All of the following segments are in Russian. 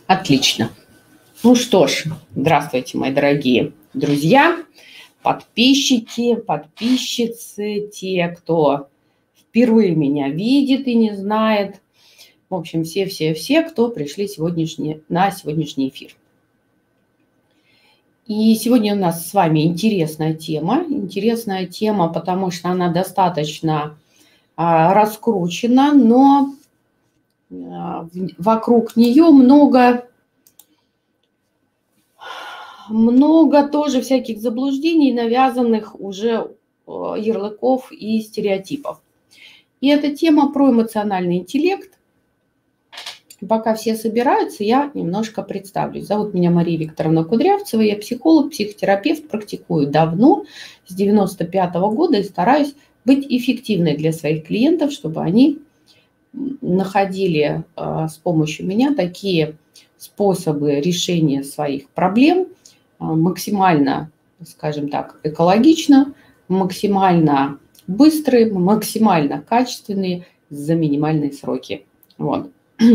Отлично. Ну что ж, здравствуйте, мои дорогие друзья, подписчики, подписчицы, те, кто впервые меня видит и не знает. В общем, все, кто пришли на сегодняшний эфир. И сегодня у нас с вами интересная тема, потому что она достаточно раскручена, но вокруг нее много тоже всяких заблуждений, навязанных уже ярлыков и стереотипов. И эта тема про эмоциональный интеллект. Пока все собираются, я немножко представлюсь. Зовут меня Мария Викторовна Кудрявцева, я психолог, психотерапевт, практикую давно, с 95-го года, и стараюсь быть эффективной для своих клиентов, чтобы они находили с помощью меня такие способы решения своих проблем максимально, скажем так, экологично, максимально быстрые, максимально качественные за минимальные сроки. Вот.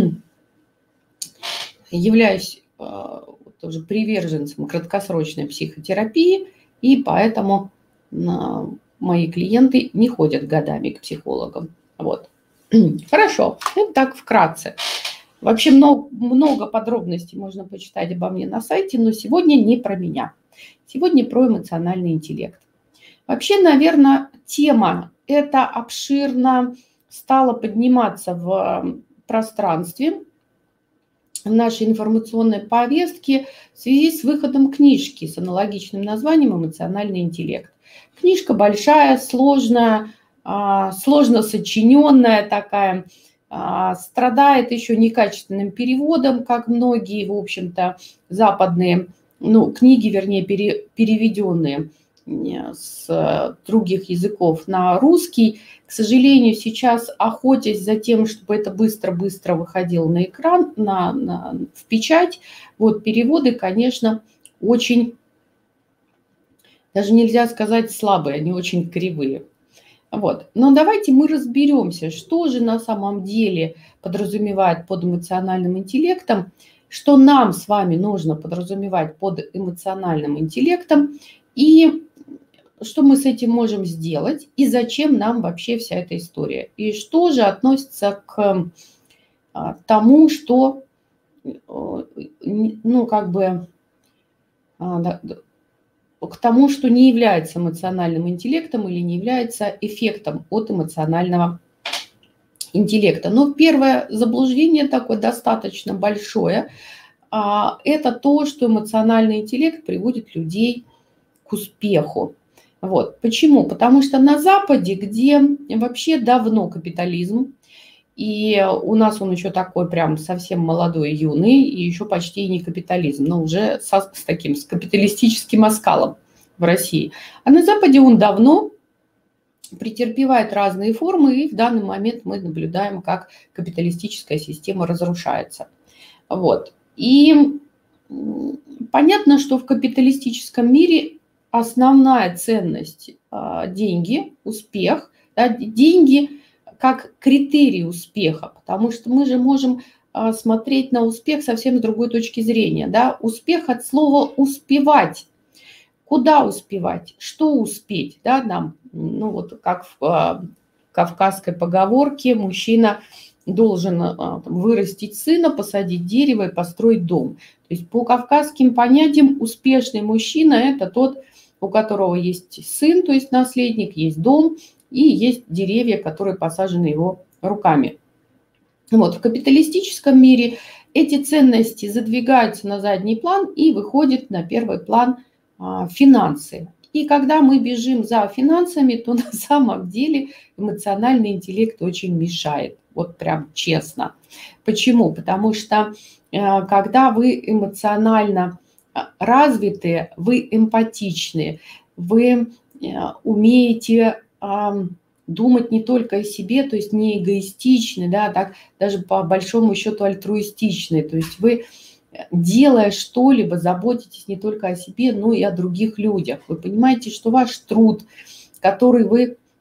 Являюсь тоже приверженцем краткосрочной психотерапии, и поэтому мои клиенты не ходят годами к психологам. Вот. Хорошо, это так вкратце. Вообще много подробностей можно почитать обо мне на сайте, но сегодня не про меня. Сегодня про эмоциональный интеллект. Вообще, наверное, тема эта обширно стала подниматься в пространстве, в нашей информационной повестке в связи с выходом книжки с аналогичным названием «Эмоциональный интеллект». Книжка большая, сложная, сложно сочиненная такая, страдает еще некачественным переводом, как многие, в общем-то, западные, книги, вернее, переведенные с других языков на русский. К сожалению, сейчас, охотясь за тем, чтобы это быстро-быстро выходило на экран, в печать, вот переводы, конечно, очень, даже нельзя сказать слабые, они очень кривые. Вот. Но давайте мы разберемся, что же на самом деле подразумевает под эмоциональным интеллектом, что нам с вами нужно подразумевать под эмоциональным интеллектом, и что мы с этим можем сделать, и зачем нам вообще вся эта история. И что же относится к тому, что, к тому, что не является эмоциональным интеллектом или не является эффектом от эмоционального интеллекта. Но первое заблуждение такое достаточно большое, это то, что эмоциональный интеллект приводит людей к успеху. Вот. Почему? Потому что на Западе, где вообще давно капитализм, и у нас он еще такой прям совсем молодой, юный, и еще почти не капитализм, но уже с капиталистическим оскалом в России. А на Западе он давно претерпевает разные формы, и в данный момент мы наблюдаем, как капиталистическая система разрушается. Вот. И понятно, что в капиталистическом мире основная ценность – деньги, успех, да, деньги как критерий успеха, потому что мы же можем смотреть на успех совсем с другой точки зрения. Да? Успех от слова «успевать». Куда успевать? Что успеть? Да, нам, вот как в кавказской поговорке, мужчина должен вырастить сына, посадить дерево и построить дом. То есть по кавказским понятиям успешный мужчина – это тот, у которого есть сын, то есть наследник, есть дом, и есть деревья, которые посажены его руками. Вот, в капиталистическом мире эти ценности задвигаются на задний план и выходят на первый план финансы. И когда мы бежим за финансами, то на самом деле эмоциональный интеллект очень мешает. Вот прям честно. Почему? Потому что когда вы эмоционально развитые, вы эмпатичны, вы умеете думать не только о себе, то есть не эгоистичны, да, так даже по большому счету альтруистичны. То есть вы, делая что-либо, заботитесь не только о себе, но и о других людях. Вы понимаете, что ваш труд, который вы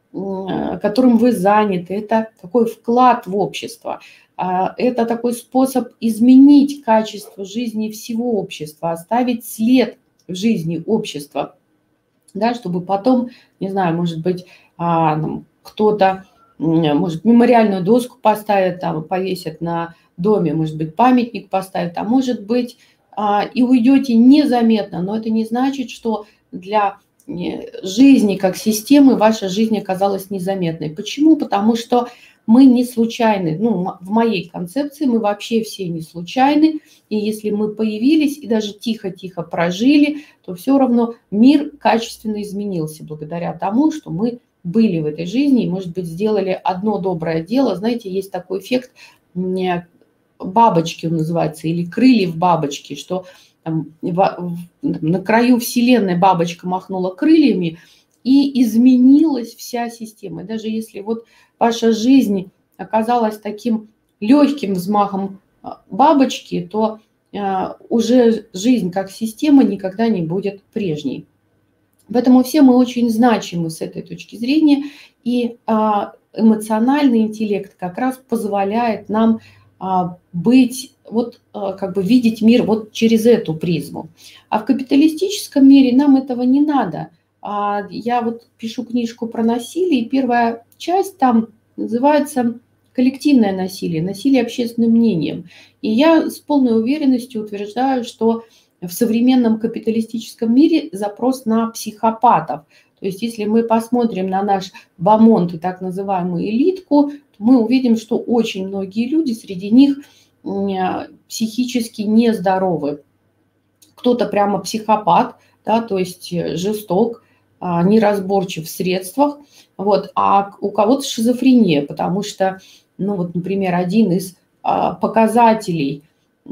которым вы заняты, это такой вклад в общество, это такой способ изменить качество жизни всего общества, оставить след в жизни общества, да, чтобы потом, не знаю, может быть, кто-то, может, мемориальную доску поставит, там, повесит на доме, может быть, памятник поставит, а может быть, и уйдете незаметно, но это не значит, что для жизни как системы ваша жизнь оказалась незаметной. Почему? Потому что мы не случайны. Ну, в моей концепции мы вообще все не случайны. И если мы появились и даже тихо-тихо прожили, то все равно мир качественно изменился благодаря тому, что мы были в этой жизни и, может быть, сделали одно доброе дело. Знаете, есть такой эффект бабочки, он называется, или крыльев бабочки, что там, на краю Вселенной бабочка махнула крыльями, и изменилась вся система. И даже если вот ваша жизнь оказалась таким легким взмахом бабочки, то уже жизнь как система никогда не будет прежней. Поэтому все мы очень значимы с этой точки зрения, и эмоциональный интеллект как раз позволяет нам быть, вот как бы видеть мир вот через эту призму. А в капиталистическом мире нам этого не надо. Я вот пишу книжку про насилие, и первая часть там называется «Коллективное насилие», насилие общественным мнением. И я с полной уверенностью утверждаю, что в современном капиталистическом мире запрос на психопатов. То есть если мы посмотрим на наш бомонд и так называемую элитку, мы увидим, что очень многие люди, среди них психически нездоровы. Кто-то прямо психопат, да, то есть жесток, неразборчив в средствах, вот, а у кого-то шизофрения, потому что, ну вот, например, один из показателей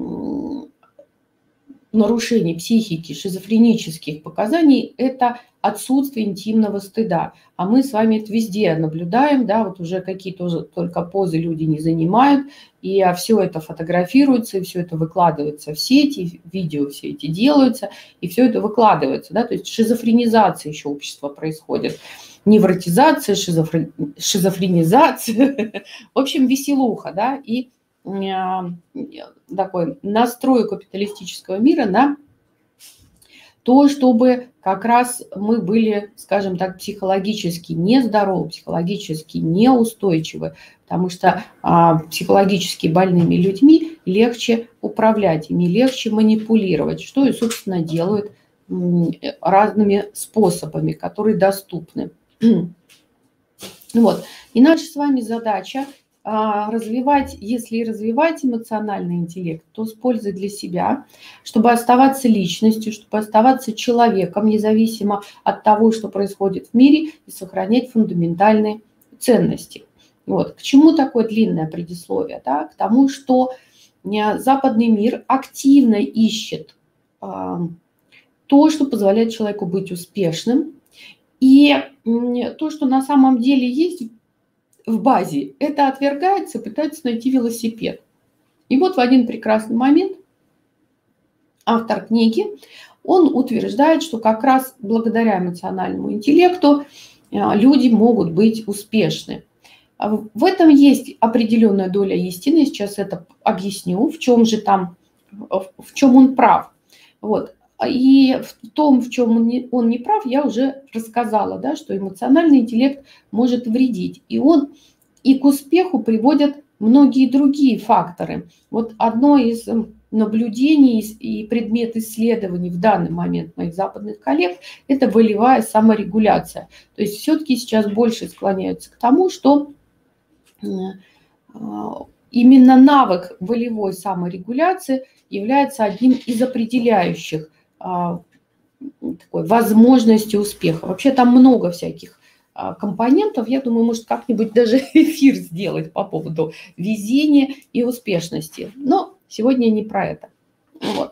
нарушений психики, шизофренических показаний – это отсутствие интимного стыда. А мы с вами это везде наблюдаем, да, вот уже какие только позы люди не занимают, и все это фотографируется, и все это выкладывается в сети, видео все эти делаются, и все это выкладывается, да, то есть шизофренизация еще общества происходит, невротизация, шизофренизация, в общем, веселуха, да, и такой настрой капиталистического мира на то, чтобы как раз мы были, скажем так, психологически нездоровы, психологически неустойчивы, потому что психологически больными людьми легче управлять, ими легче манипулировать, что и, собственно, делают разными способами, которые доступны. Вот. И наша с вами задача развивать, если развивать эмоциональный интеллект, то с пользой для себя, чтобы оставаться личностью, чтобы оставаться человеком, независимо от того, что происходит в мире, и сохранять фундаментальные ценности. Вот. К чему такое длинное предисловие? Да? К тому, что западный мир активно ищет то, что позволяет человеку быть успешным, и то, что на самом деле есть в базе, это отвергается, пытаются найти велосипед. И вот в один прекрасный момент автор книги, он утверждает, что как раз благодаря эмоциональному интеллекту люди могут быть успешны. В этом есть определенная доля истины, сейчас это объясню, в чем он прав. Вот. И в том, в чем он не прав, я уже рассказала, да, что эмоциональный интеллект может вредить. И к успеху приводят многие другие факторы. Вот одно из наблюдений и предмет исследований в данный момент моих западных коллег – это волевая саморегуляция. То есть все-таки сейчас больше склоняются к тому, что именно навык волевой саморегуляции является одним из определяющих такой возможности успеха. Вообще там много всяких компонентов. Я думаю, может как-нибудь даже эфир сделать по поводу везения и успешности. Но сегодня не про это. Вот.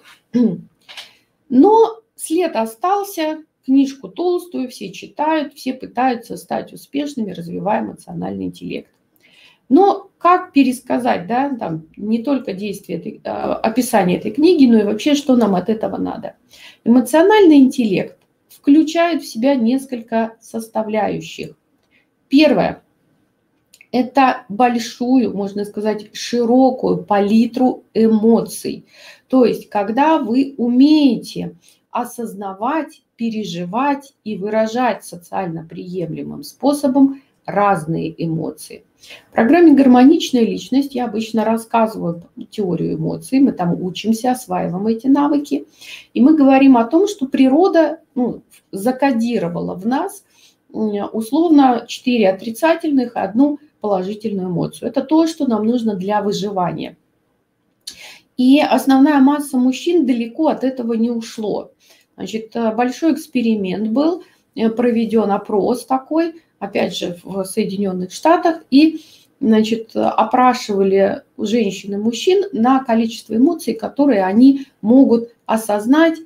Но след остался, книжку толстую, все читают, все пытаются стать успешными, развивая эмоциональный интеллект. Но как пересказать, да, там не только действие, описание этой книги, но и вообще, что нам от этого надо. Эмоциональный интеллект включает в себя несколько составляющих. Первое. Это большую, можно сказать, широкую палитру эмоций. То есть, когда вы умеете осознавать, переживать и выражать социально приемлемым способом разные эмоции. В программе «Гармоничная личность» я обычно рассказываю теорию эмоций, мы там учимся, осваиваем эти навыки, и мы говорим о том, что природа закодировала в нас условно 4 отрицательных и 1 положительную эмоцию. Это то, что нам нужно для выживания. И основная масса мужчин далеко от этого не ушло. Значит, большой эксперимент был проведен, опрос такой, опять же, в Соединенных Штатах, и, значит, опрашивали женщин и мужчин на количество эмоций, которые они могут осознать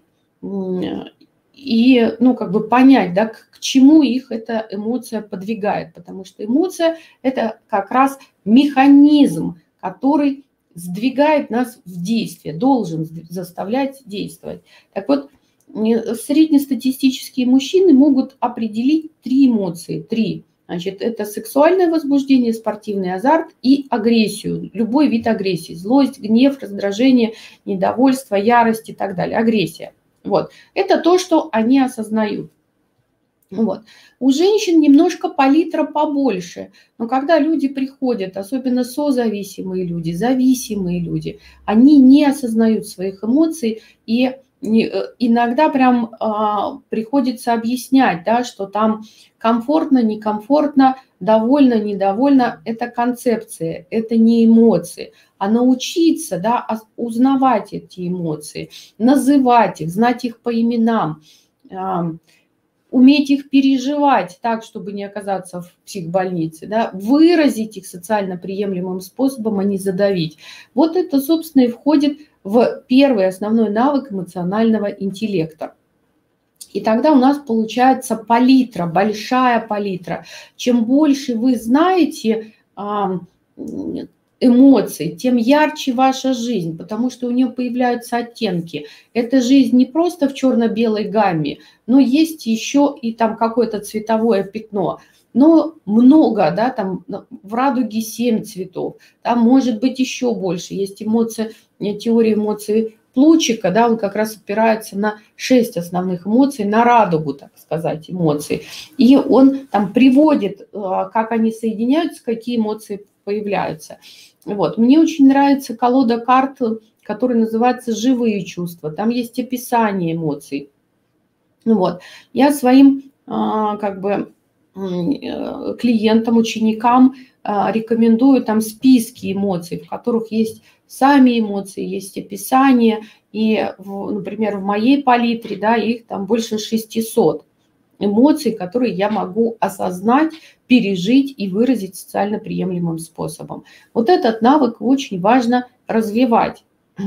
и, как бы понять, да, к чему их эта эмоция подвигает, потому что эмоция – это как раз механизм, который сдвигает нас в действие, должен заставлять действовать. Так вот, среднестатистические мужчины могут определить 3 эмоции, 3. Значит, это сексуальное возбуждение, спортивный азарт и агрессию, любой вид агрессии, злость, гнев, раздражение, недовольство, ярость и так далее, агрессия. Вот. Это то, что они осознают. Вот. У женщин немножко палитра побольше, но когда люди приходят, особенно созависимые люди, зависимые люди, они не осознают своих эмоций, и иногда прям приходится объяснять, да, что там комфортно, некомфортно, довольно, недовольно. Это концепция, это не эмоции. А научиться, да, узнавать эти эмоции, называть их, знать их по именам, уметь их переживать так, чтобы не оказаться в психбольнице, да, выразить их социально приемлемым способом, а не задавить. Вот это, собственно, и входит в первый основной навык эмоционального интеллекта. И тогда у нас получается палитра, большая палитра. Чем больше вы знаете эмоций, тем ярче ваша жизнь, потому что у нее появляются оттенки. Эта жизнь не просто в черно-белой гамме, но есть еще и там какое-то цветовое пятно. Но много, да, там в радуге 7 цветов, там может быть еще больше. Есть эмоции, теория эмоций Плучика, да, он как раз опирается на 6 основных эмоций, на радугу, так сказать, эмоций. И он там приводит, как они соединяются, какие эмоции появляются. Вот. Мне очень нравится колода карт, которая называется «Живые чувства». Там есть описание эмоций. Вот. Я своим клиентам, ученикам рекомендую там списки эмоций, в которых есть сами эмоции, есть описание. И, например, в моей палитре, да, их там больше 600 эмоций, которые я могу осознать, пережить и выразить социально приемлемым способом. Вот этот навык очень важно развивать.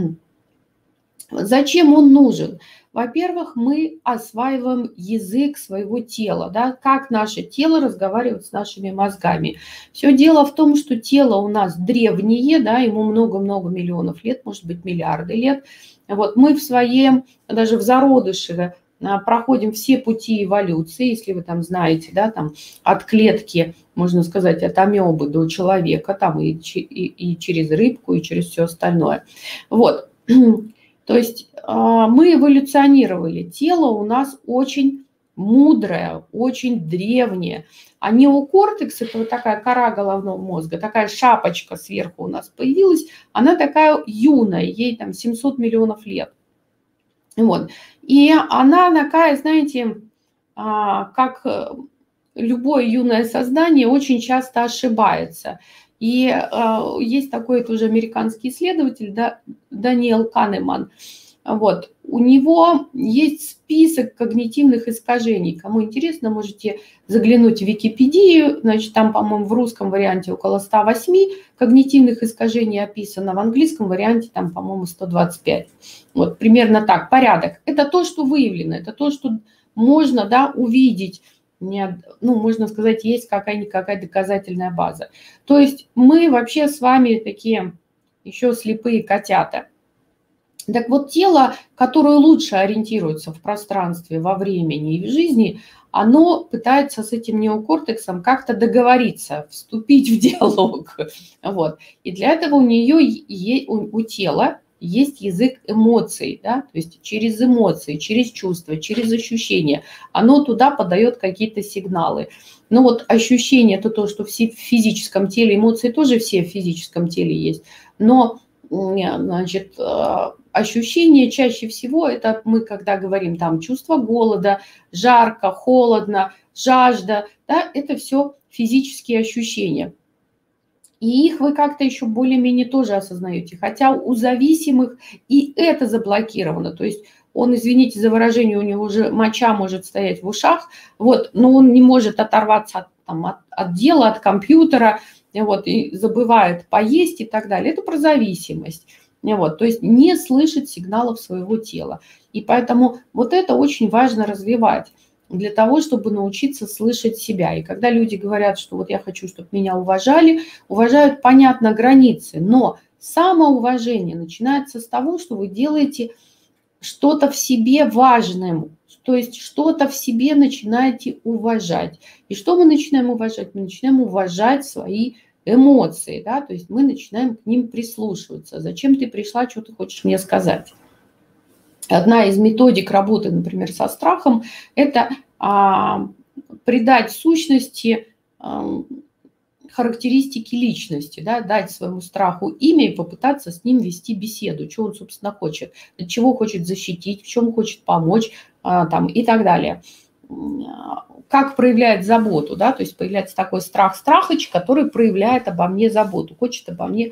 Зачем он нужен? Во-первых, мы осваиваем язык своего тела, да, как наше тело разговаривает с нашими мозгами. Все дело в том, что тело у нас древнее, да, ему много-много миллионов лет, может быть, миллиарды лет. Вот мы в своем, даже в зародыше, проходим все пути эволюции, если вы там знаете, да, там от клетки, можно сказать, от амебы до человека, там и через рыбку, и через все остальное. Вот. То есть мы эволюционировали. Тело у нас очень мудрое, очень древнее. А неокортекс, это вот такая кора головного мозга, такая шапочка сверху у нас появилась, она такая юная, ей там 700 миллионов лет. Вот. И она такая, знаете, как любое юное создание, очень часто ошибается. И есть такой тоже американский исследователь, да, Даниэл Канеман. Вот. У него есть список когнитивных искажений. Кому интересно, можете заглянуть в Википедию. Значит, там, по-моему, в русском варианте около 108 когнитивных искажений описано, в английском варианте там, по-моему, 125. Вот примерно так. Порядок. Это то, что выявлено, это то, что можно, да, увидеть. Ну, можно сказать, есть какая-никакая доказательная база. То есть мы вообще с вами такие еще слепые котята. Так вот, тело, которое лучше ориентируется в пространстве, во времени и в жизни, оно пытается с этим неокортексом как-то договориться, вступить в диалог. Вот. И для этого у нее, у тела есть язык эмоций, да? То есть через эмоции, через чувства, через ощущения. Оно туда подает какие-то сигналы. Но вот ощущение – это то, что в физическом теле, эмоции тоже все в физическом теле есть. Но, значит, ощущения чаще всего, это мы когда говорим там чувство голода, жарко, холодно, жажда, да, это все физические ощущения. И их вы как-то еще более-менее тоже осознаете. Хотя у зависимых и это заблокировано. То есть он, извините за выражение, у него уже моча может стоять в ушах, вот, но он не может оторваться от дела, от компьютера, вот, и забывает поесть и так далее. Это про зависимость. Вот, то есть не слышит сигналов своего тела. И поэтому вот это очень важно развивать для того, чтобы научиться слышать себя. И когда люди говорят, что вот я хочу, чтобы меня уважали, уважают, понятно, границы, но самоуважение начинается с того, что вы делаете что-то в себе важным, то есть что-то в себе начинаете уважать. И что мы начинаем уважать? Мы начинаем уважать свои эмоции, да, то есть мы начинаем к ним прислушиваться. Зачем ты пришла, что ты хочешь мне сказать? Одна из методик работы, например, со страхом, это придать сущности характеристики личности, да, дать своему страху имя и попытаться с ним вести беседу, что он, собственно, хочет, от чего хочет защитить, в чем хочет помочь там, и так далее. Как проявляет заботу, да, то есть появляется такой страх-страхач, который проявляет обо мне заботу, хочет обо мне,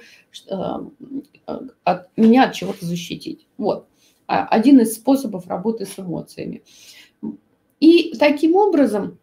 меня от чего-то защитить. Вот. Один из способов работы с эмоциями. И таким образом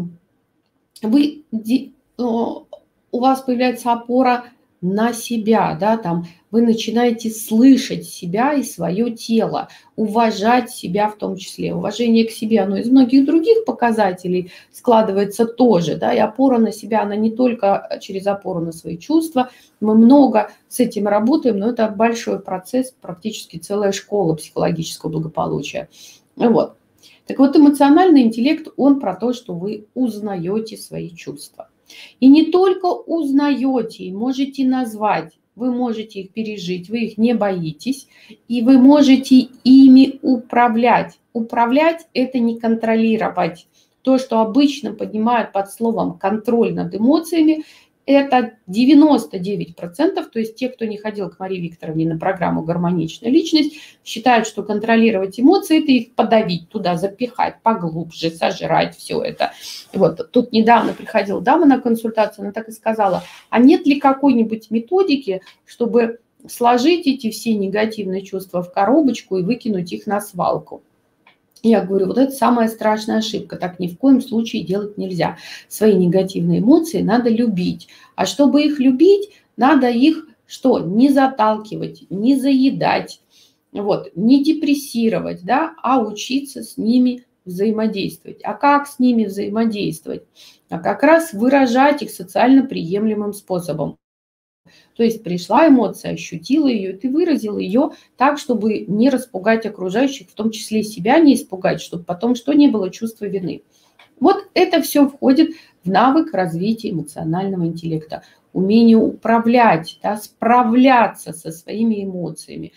у вас появляется опора на себя, да, там вы начинаете слышать себя и свое тело, уважать себя в том числе. Уважение к себе, оно из многих других показателей складывается тоже, да, и опора на себя, она не только через опору на свои чувства, мы много с этим работаем, но это большой процесс, практически целая школа психологического благополучия. Вот. Так вот, эмоциональный интеллект, он про то, что вы узнаете свои чувства. И не только узнаете, можете назвать, вы можете их пережить, вы их не боитесь, и вы можете ими управлять. Управлять – это не контролировать. То, что обычно поднимают под словом «контроль над эмоциями», это 99%, то есть те, кто не ходил к Марии Викторовне на программу «Гармоничная личность», считают, что контролировать эмоции – это их подавить туда, запихать поглубже, сожрать все это. Вот тут недавно приходила дама на консультацию, она так и сказала, а нет ли какой-нибудь методики, чтобы сложить эти все негативные чувства в коробочку и выкинуть их на свалку? Я говорю, вот это самая страшная ошибка, так ни в коем случае делать нельзя. Свои негативные эмоции надо любить. А чтобы их любить, надо их что? Не заталкивать, не заедать, вот, не депрессировать, да, а учиться с ними взаимодействовать. А как с ними взаимодействовать? А как раз выражать их социально приемлемым способом. То есть пришла эмоция, ощутила ее, и ты выразил ее так, чтобы не распугать окружающих, в том числе себя не испугать, чтобы потом что не было чувства вины. Вот это все входит в навык развития эмоционального интеллекта, умение управлять, да, справляться со своими эмоциями.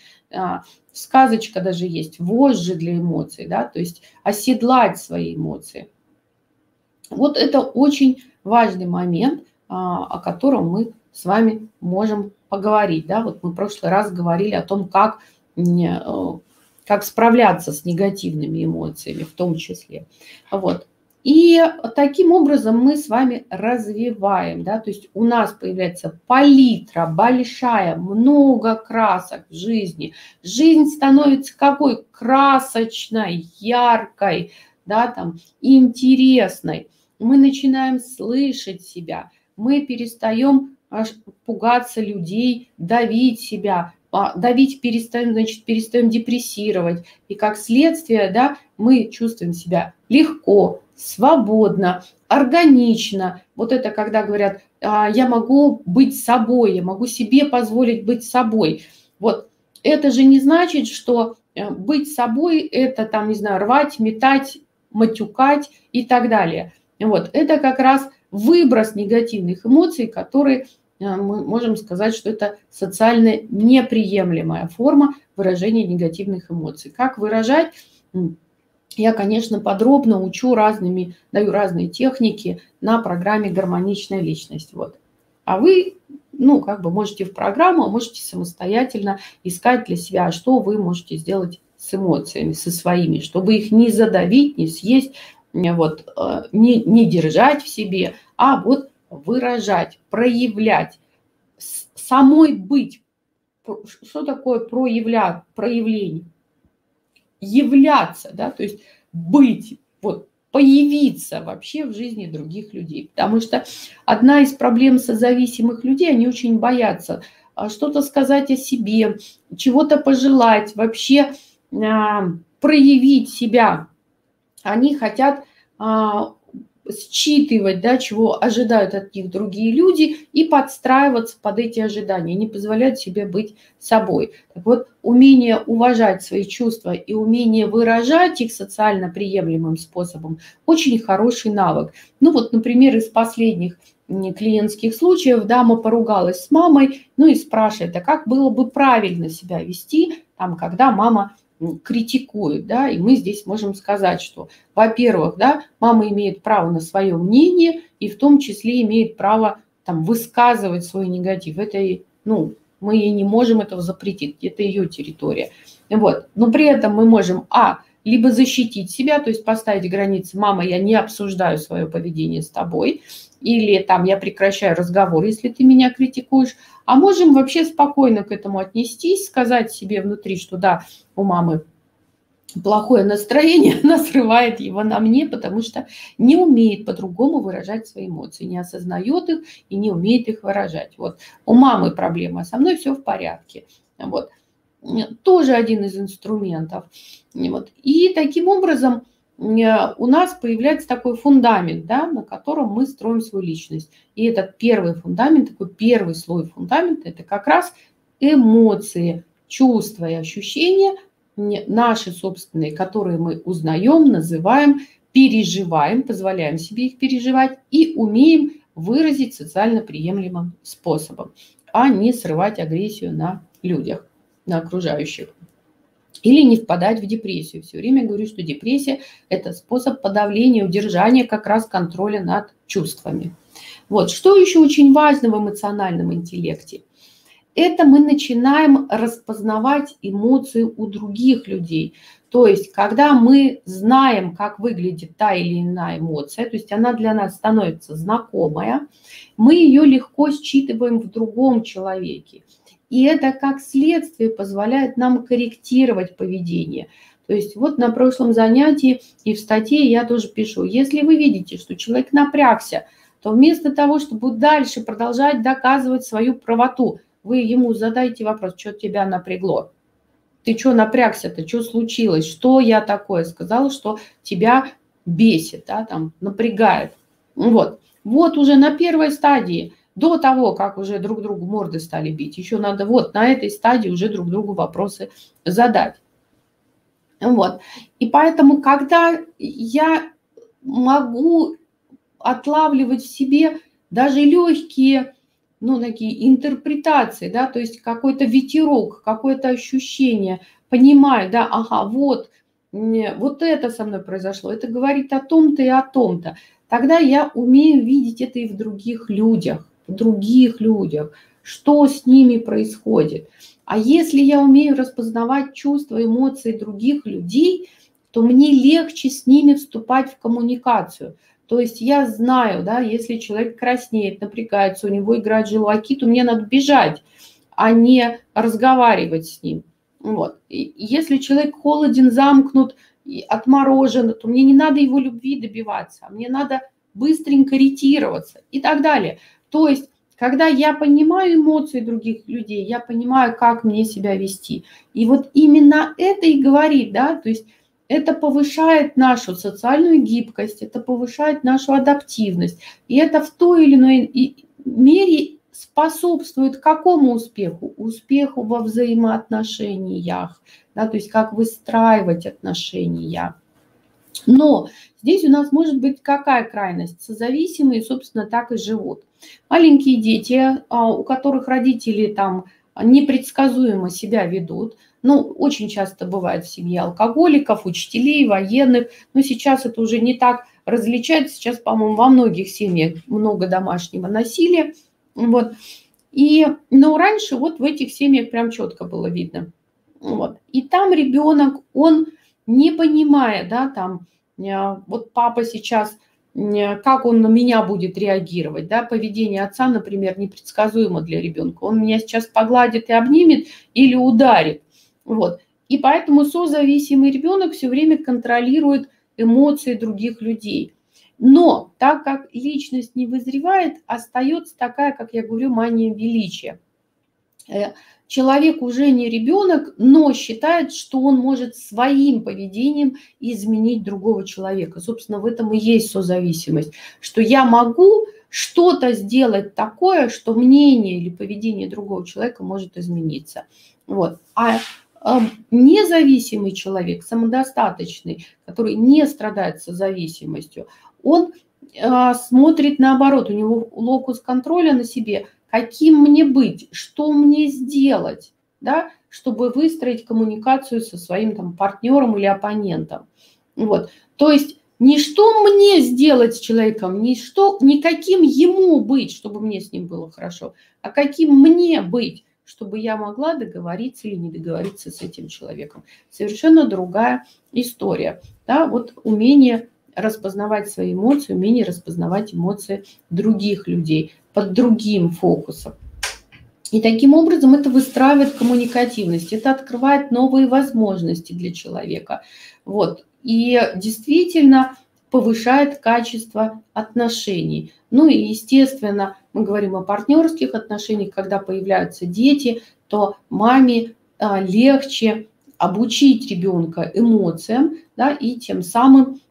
Сказочка даже есть, вожжи для эмоций, да, то есть оседлать свои эмоции. Вот это очень важный момент, о котором мы с вами можем поговорить. Да? Вот мы в прошлый раз говорили о том, как справляться с негативными эмоциями в том числе. Вот. И таким образом мы с вами развиваем, да, то есть у нас появляется палитра большая, много красок в жизни. Жизнь становится какой? Красочной, яркой, да, там, интересной. Мы начинаем слышать себя, мы перестаем пугаться людей, давить себя, давить перестаем, значит, перестаем депрессировать. И как следствие, да, мы чувствуем себя легко, свободно, органично. Вот это когда говорят, я могу быть собой, я могу себе позволить быть собой. Вот это же не значит, что быть собой – это, там, не знаю, рвать, метать, матюкать и так далее. Вот. Это как раз выброс негативных эмоций, которые мы можем сказать, что это социально неприемлемая форма выражения негативных эмоций. Как выражать? Я, конечно, подробно учу даю разные техники на программе «Гармоничная личность». Вот. А вы, можете в программу, а можете самостоятельно искать для себя, что вы можете сделать с эмоциями, со своими, чтобы их не задавить, не съесть, не держать в себе, а вот выражать, проявлять, самой быть. Что такое проявление? Являться, да, то есть быть, появиться вообще в жизни других людей. Потому что одна из проблем созависимых людей, они очень боятся что-то сказать о себе, чего-то пожелать, вообще проявить себя. Они хотят считывать, да, чего ожидают от них другие люди, и подстраиваться под эти ожидания, не позволять себе быть собой. Так вот, умение уважать свои чувства и умение выражать их социально приемлемым способом – очень хороший навык. Например, из последних клиентских случаев дама поругалась с мамой, и спрашивает, а как было бы правильно себя вести, когда мама критикует, да, и мы здесь можем сказать, что, во-первых, да, мама имеет право на свое мнение и в том числе имеет право высказывать свой негатив. Это, мы ей не можем этого запретить, это ее территория. Вот. Но при этом мы можем, либо защитить себя, то есть поставить границы: мама, я не обсуждаю свое поведение с тобой, или я прекращаю разговор, если ты меня критикуешь. А можем вообще спокойно к этому отнестись, сказать себе внутри, что да, у мамы плохое настроение, она срывает его на мне, потому что не умеет по-другому выражать свои эмоции, не осознает их и не умеет их выражать. Вот. У мамы проблема, со мной все в порядке. Вот. Тоже один из инструментов. Вот. И таким образом у нас появляется такой фундамент, да, на котором мы строим свою личность. И этот первый фундамент, такой первый слой фундамента, это как раз эмоции, чувства и ощущения наши собственные, которые мы узнаем, называем, переживаем, позволяем себе их переживать и умеем выразить социально приемлемым способом, а не срывать агрессию на людях, на окружающих. Или не впадать в депрессию. Все время говорю, что депрессия – это способ подавления, удержания как раз контроля над чувствами. Вот. Что еще очень важно в эмоциональном интеллекте? Это мы начинаем распознавать эмоции у других людей. То есть, когда мы знаем, как выглядит та или иная эмоция, то есть она для нас становится знакомая, мы ее легко считываем в другом человеке. И это как следствие позволяет нам корректировать поведение. То есть на прошлом занятии и в статье я тоже пишу: если вы видите, что человек напрягся, то вместо того, чтобы дальше продолжать доказывать свою правоту, вы ему задайте вопрос: что тебя напрягло? Ты что напрягся-то? Что случилось? Что я такое сказала, что тебя бесит, да, напрягает? Вот уже на первой стадии, до того, как уже друг другу морды стали бить, еще надо на этой стадии уже друг другу вопросы задать. Вот. И поэтому, когда я могу отлавливать в себе даже легкие, такие интерпретации, да, то есть какой-то ветерок, какое-то ощущение, понимаю, да, вот это со мной произошло, это говорит о том-то и о том-то. Тогда я умею видеть это и в других людях, что с ними происходит. А если я умею распознавать чувства, эмоции других людей, то мне легче с ними вступать в коммуникацию. То есть я знаю, да, если человек краснеет, напрягается, у него играют желваки, то мне надо бежать, а не разговаривать с ним. Вот. И если человек холоден, замкнут, отморожен, то мне не надо его любви добиваться, а мне надо быстренько ретироваться и так далее. То есть, когда я понимаю эмоции других людей, я понимаю, как мне себя вести. И именно это и говорит, да, то есть это повышает нашу социальную гибкость, это повышает нашу адаптивность. И это в той или иной мере способствует какому успеху? Успеху во взаимоотношениях, да, то есть как выстраивать отношения. Но здесь у нас может быть какая крайность? Созависимые, собственно, так и живут. Маленькие дети, у которых родители там непредсказуемо себя ведут, ну, очень часто бывает в семье алкоголиков, учителей, военных, но сейчас это уже не так различается, сейчас, по-моему, во многих семьях много домашнего насилия, вот. Но раньше вот в этих семьях прям четко было видно. Вот. И там ребенок, он не понимая, да, там, вот папа сейчас, как он на меня будет реагировать, да, поведение отца, например, непредсказуемо для ребенка. Он меня сейчас погладит и обнимет или ударит. Вот. И поэтому созависимый ребенок все время контролирует эмоции других людей. Но так как личность не вызревает, остается такая, как я говорю, мания величия. Человек уже не ребенок, но считает, что он может своим поведением изменить другого человека. Собственно, в этом и есть созависимость, что я могу что-то сделать такое, что мнение или поведение другого человека может измениться. Вот. А независимый человек, самодостаточный, который не страдает созависимостью, он смотрит наоборот, у него локус контроля на себе, каким мне быть, что мне сделать, да, чтобы выстроить коммуникацию со своим там партнером или оппонентом. Вот. То есть не что мне сделать с человеком, не каким ему быть, чтобы мне с ним было хорошо, а каким мне быть, чтобы я могла договориться или не договориться с этим человеком. Совершенно другая история. Да? Вот умение распознавать свои эмоции, умение распознавать эмоции других людей под другим фокусом. И таким образом это выстраивает коммуникативность, это открывает новые возможности для человека. Вот. И действительно повышает качество отношений. Ну и, естественно, мы говорим о партнерских отношениях, когда появляются дети, то маме легче обучить ребенка эмоциям, да, и тем самым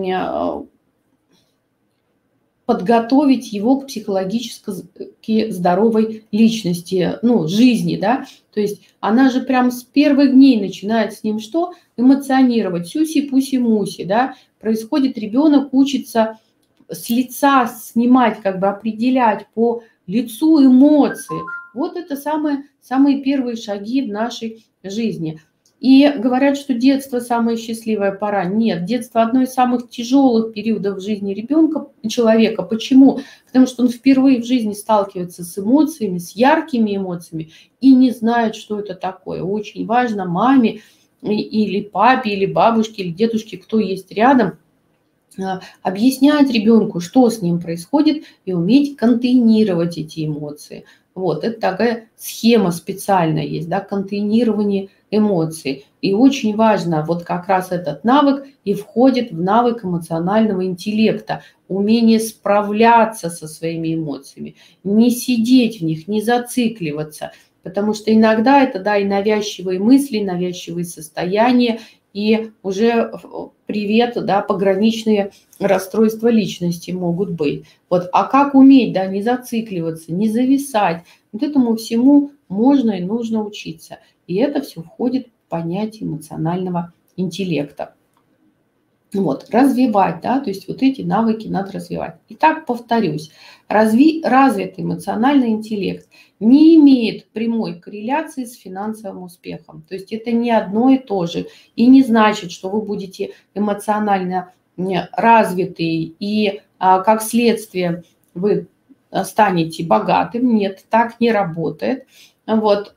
подготовить его к психологически здоровой личности, ну, жизни, да, то есть она же прям с первых дней начинает с ним что? Эмоционировать, сюси-пуси-муси, да, происходит, ребенок учится с лица снимать, как бы определять по лицу эмоции. Вот это самые первые шаги в нашей жизни. И говорят, что детство самая счастливая пора. Нет, детство одно из самых тяжелых периодов в жизни ребенка, человека. Почему? Потому что он впервые в жизни сталкивается с эмоциями, с яркими эмоциями и не знает, что это такое. Очень важно маме или папе, или бабушке, или дедушке, кто есть рядом, объяснять ребенку, что с ним происходит, и уметь контейнировать эти эмоции. Вот, это такая схема специальная есть, да, контейнирование эмоций. И очень важно, вот как раз этот навык и входит в навык эмоционального интеллекта, умение справляться со своими эмоциями, не сидеть в них, не зацикливаться, потому что иногда это, да, и навязчивые мысли, навязчивые состояния, и уже привет, да, пограничные расстройства личности могут быть. Вот, а как уметь, да, не зацикливаться, не зависать, вот этому всему можно и нужно учиться. И это все входит в понятие эмоционального интеллекта. Вот, развивать, да, то есть вот эти навыки надо развивать. Итак, повторюсь, развитый эмоциональный интеллект не имеет прямой корреляции с финансовым успехом. То есть это не одно и то же. И не значит, что вы будете эмоционально развитый и как следствие вы станете богатым. Нет, так не работает. Вот.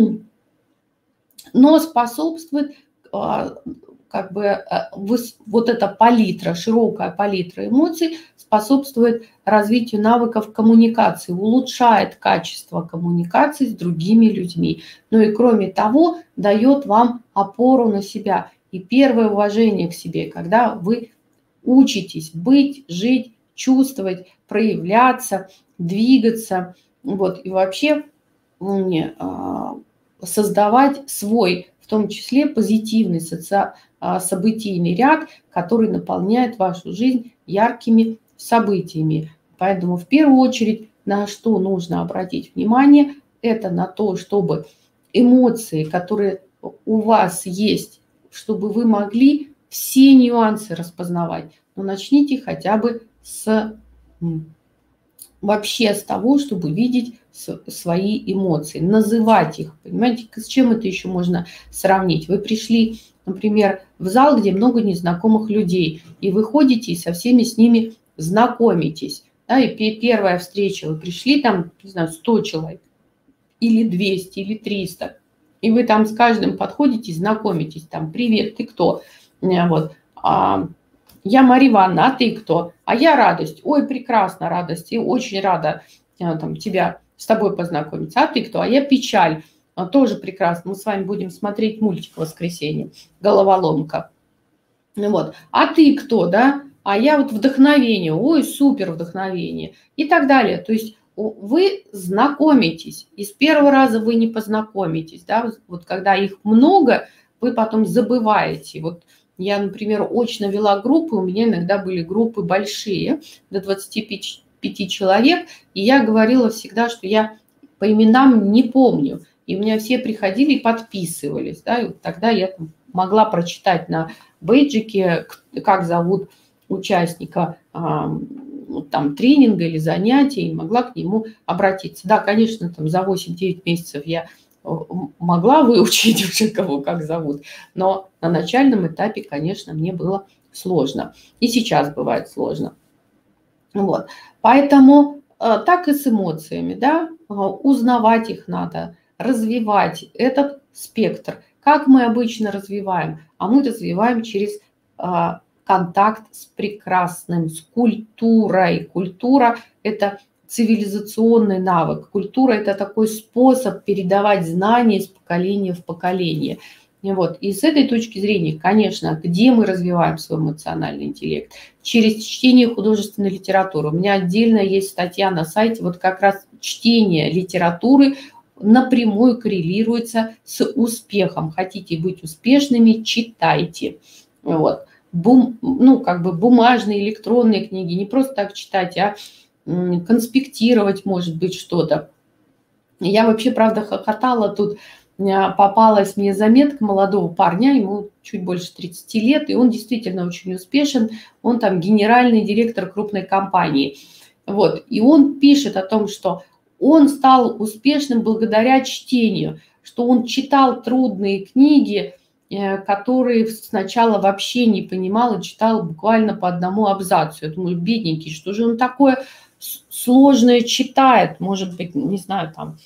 Но способствует как бы вот эта палитра, широкая палитра эмоций способствует развитию навыков коммуникации, улучшает качество коммуникации с другими людьми. Ну и кроме того, дает вам опору на себя и первое уважение к себе, когда вы учитесь быть, жить, чувствовать, проявляться, двигаться, вот, и вообще создавать свой, в том числе позитивный событийный ряд, который наполняет вашу жизнь яркими событиями. Поэтому в первую очередь на что нужно обратить внимание, это на то, чтобы эмоции, которые у вас есть, чтобы вы могли все нюансы распознавать. Но начните хотя бы вообще с того, чтобы видеть свои эмоции, называть их. Понимаете, с чем это еще можно сравнить? Вы пришли, например, в зал, где много незнакомых людей, и вы ходите и со всеми с ними знакомитесь. Да, и первая встреча, вы пришли, там, не знаю, 100 человек, или 200, или 300, и вы там с каждым подходите, знакомитесь, там, привет, ты кто? Вот. Я Мария Ивановна, а ты кто? А я Радость. Ой, прекрасно, Радость, и очень рада там, с тобой познакомиться. А ты кто? А я Печаль. Тоже прекрасно. Мы с вами будем смотреть мультик в воскресенье. Головоломка. Вот. А ты кто, да? А я вот Вдохновение. Ой, супер Вдохновение. И так далее. То есть вы знакомитесь. И с первого раза вы не познакомитесь. Да? Вот когда их много, вы потом забываете. Вот я, например, очно вела группы, у меня иногда были группы большие, до 25 человек, и я говорила всегда, что я по именам не помню. И у меня все приходили и подписывались. Да? И вот тогда я могла прочитать на бейджике, как зовут участника там, тренинга или занятия, и могла к нему обратиться. Да, конечно, там, за 8-9 месяцев я могла выучить уже кого как зовут, но на начальном этапе, конечно, мне было сложно. И сейчас бывает сложно. Вот. Поэтому так и с эмоциями, да, узнавать их надо, развивать этот спектр. Как мы обычно развиваем? А мы развиваем через контакт с прекрасным, с культурой. Культура – это цивилизационный навык. Культура – это такой способ передавать знания из поколения в поколение. Вот. И с этой точки зрения, конечно, где мы развиваем свой эмоциональный интеллект? Через чтение художественной литературы. У меня отдельно есть статья на сайте, вот как раз чтение литературы напрямую коррелируется с успехом. Хотите быть успешными – читайте. Вот. Бумажные, электронные книги, не просто так читать, а конспектировать, может быть, что-то. Я вообще, правда, хохотала тут. Попалась мне заметка молодого парня, ему чуть больше 30 лет, и он действительно очень успешен. Он там генеральный директор крупной компании. Вот. И он пишет о том, что он стал успешным благодаря чтению, что он читал трудные книги, которые сначала вообще не понимал и читал буквально по одному абзацу. Я думаю, бедненький, что же он такое сложное читает? Может быть, не знаю, там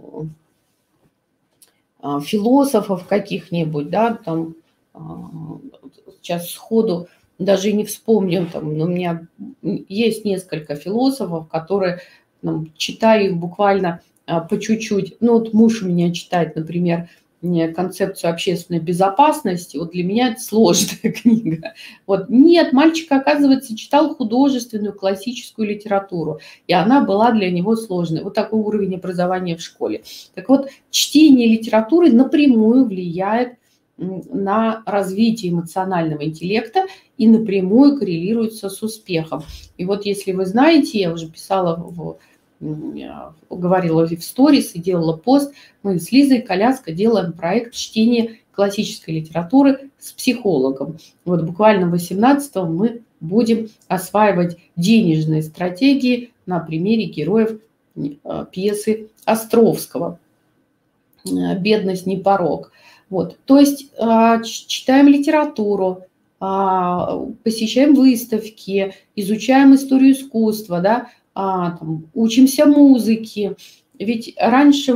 философов каких-нибудь, да, там сейчас сходу даже не вспомню, там, но у меня есть несколько философов, которые, читаю их буквально по чуть-чуть. Ну, вот муж у меня читает, например, концепцию общественной безопасности. Вот для меня это сложная книга. Вот. Нет, мальчик, оказывается, читал художественную классическую литературу, и она была для него сложной. Вот такой уровень образования в школе. Так вот, чтение литературы напрямую влияет на развитие эмоционального интеллекта и напрямую коррелируется с успехом. И вот если вы знаете, я уже писала говорила в сторис и делала пост, мы с Лизой Коляска делаем проект чтения классической литературы с психологом. Вот буквально 18-го мы будем осваивать денежные стратегии на примере героев пьесы Островского «Бедность не порок». Вот. То есть читаем литературу, посещаем выставки, изучаем историю искусства, да, учимся музыке. Ведь раньше,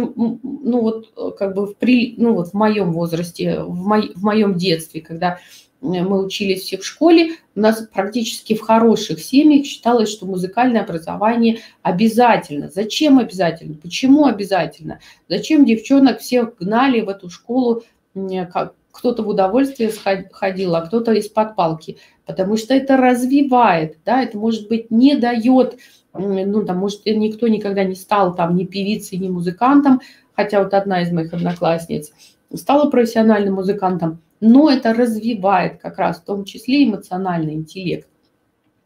в моем возрасте, в моем детстве, когда мы учились все в школе, у нас практически в хороших семьях считалось, что музыкальное образование обязательно. Зачем обязательно? Почему обязательно? Зачем девчонок всех гнали в эту школу, кто-то в удовольствие ходил, а кто-то из-под палки? Потому что это развивает, да, это, может быть, не дает, может, никто никогда не стал там ни певицей, ни музыкантом, хотя вот одна из моих одноклассниц стала профессиональным музыкантом, но это развивает как раз в том числе эмоциональный интеллект.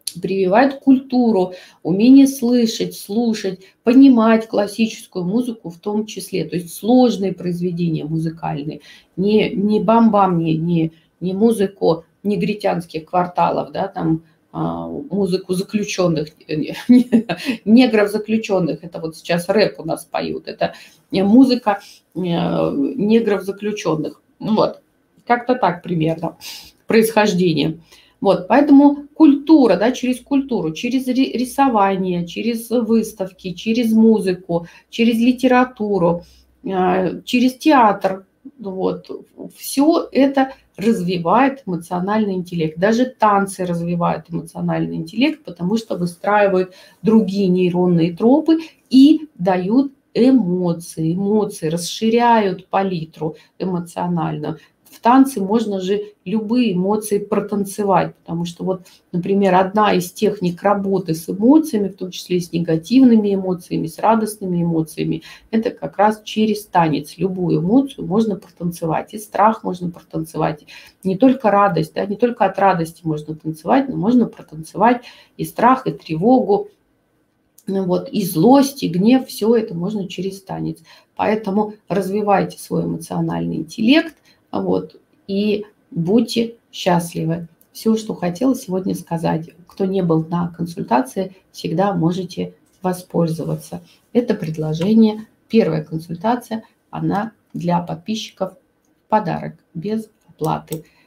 прививает культуру, умение слышать, слушать, понимать классическую музыку в том числе. То есть сложные произведения музыкальные, не бам-бам, не музыку негритянских кварталов, да, там музыку заключенных, негров заключенных, это вот сейчас рэп у нас поют, это музыка негров заключенных. Вот, как-то так примерно происхождение. Вот, поэтому культура, да, через культуру, через рисование, через выставки, через музыку, через литературу, через театр, вот, все это развивает эмоциональный интеллект. Даже танцы развивают эмоциональный интеллект, потому что выстраивают другие нейронные тропы и дают эмоции, расширяют палитру эмоциональную. В танце можно же любые эмоции протанцевать, потому что вот, например, одна из техник работы с эмоциями, в том числе с негативными эмоциями, с радостными эмоциями, это как раз через танец. Любую эмоцию можно протанцевать, и страх можно протанцевать, не только радость, да, не только от радости можно танцевать, но можно протанцевать и страх, и тревогу, вот, и злость, и гнев, все это можно через танец. Поэтому развивайте свой эмоциональный интеллект, вот, и будьте счастливы. Все, что хотела сегодня сказать. Кто не был на консультации, всегда можете воспользоваться. Это предложение, первая консультация, она для подписчиков в подарок, без оплаты.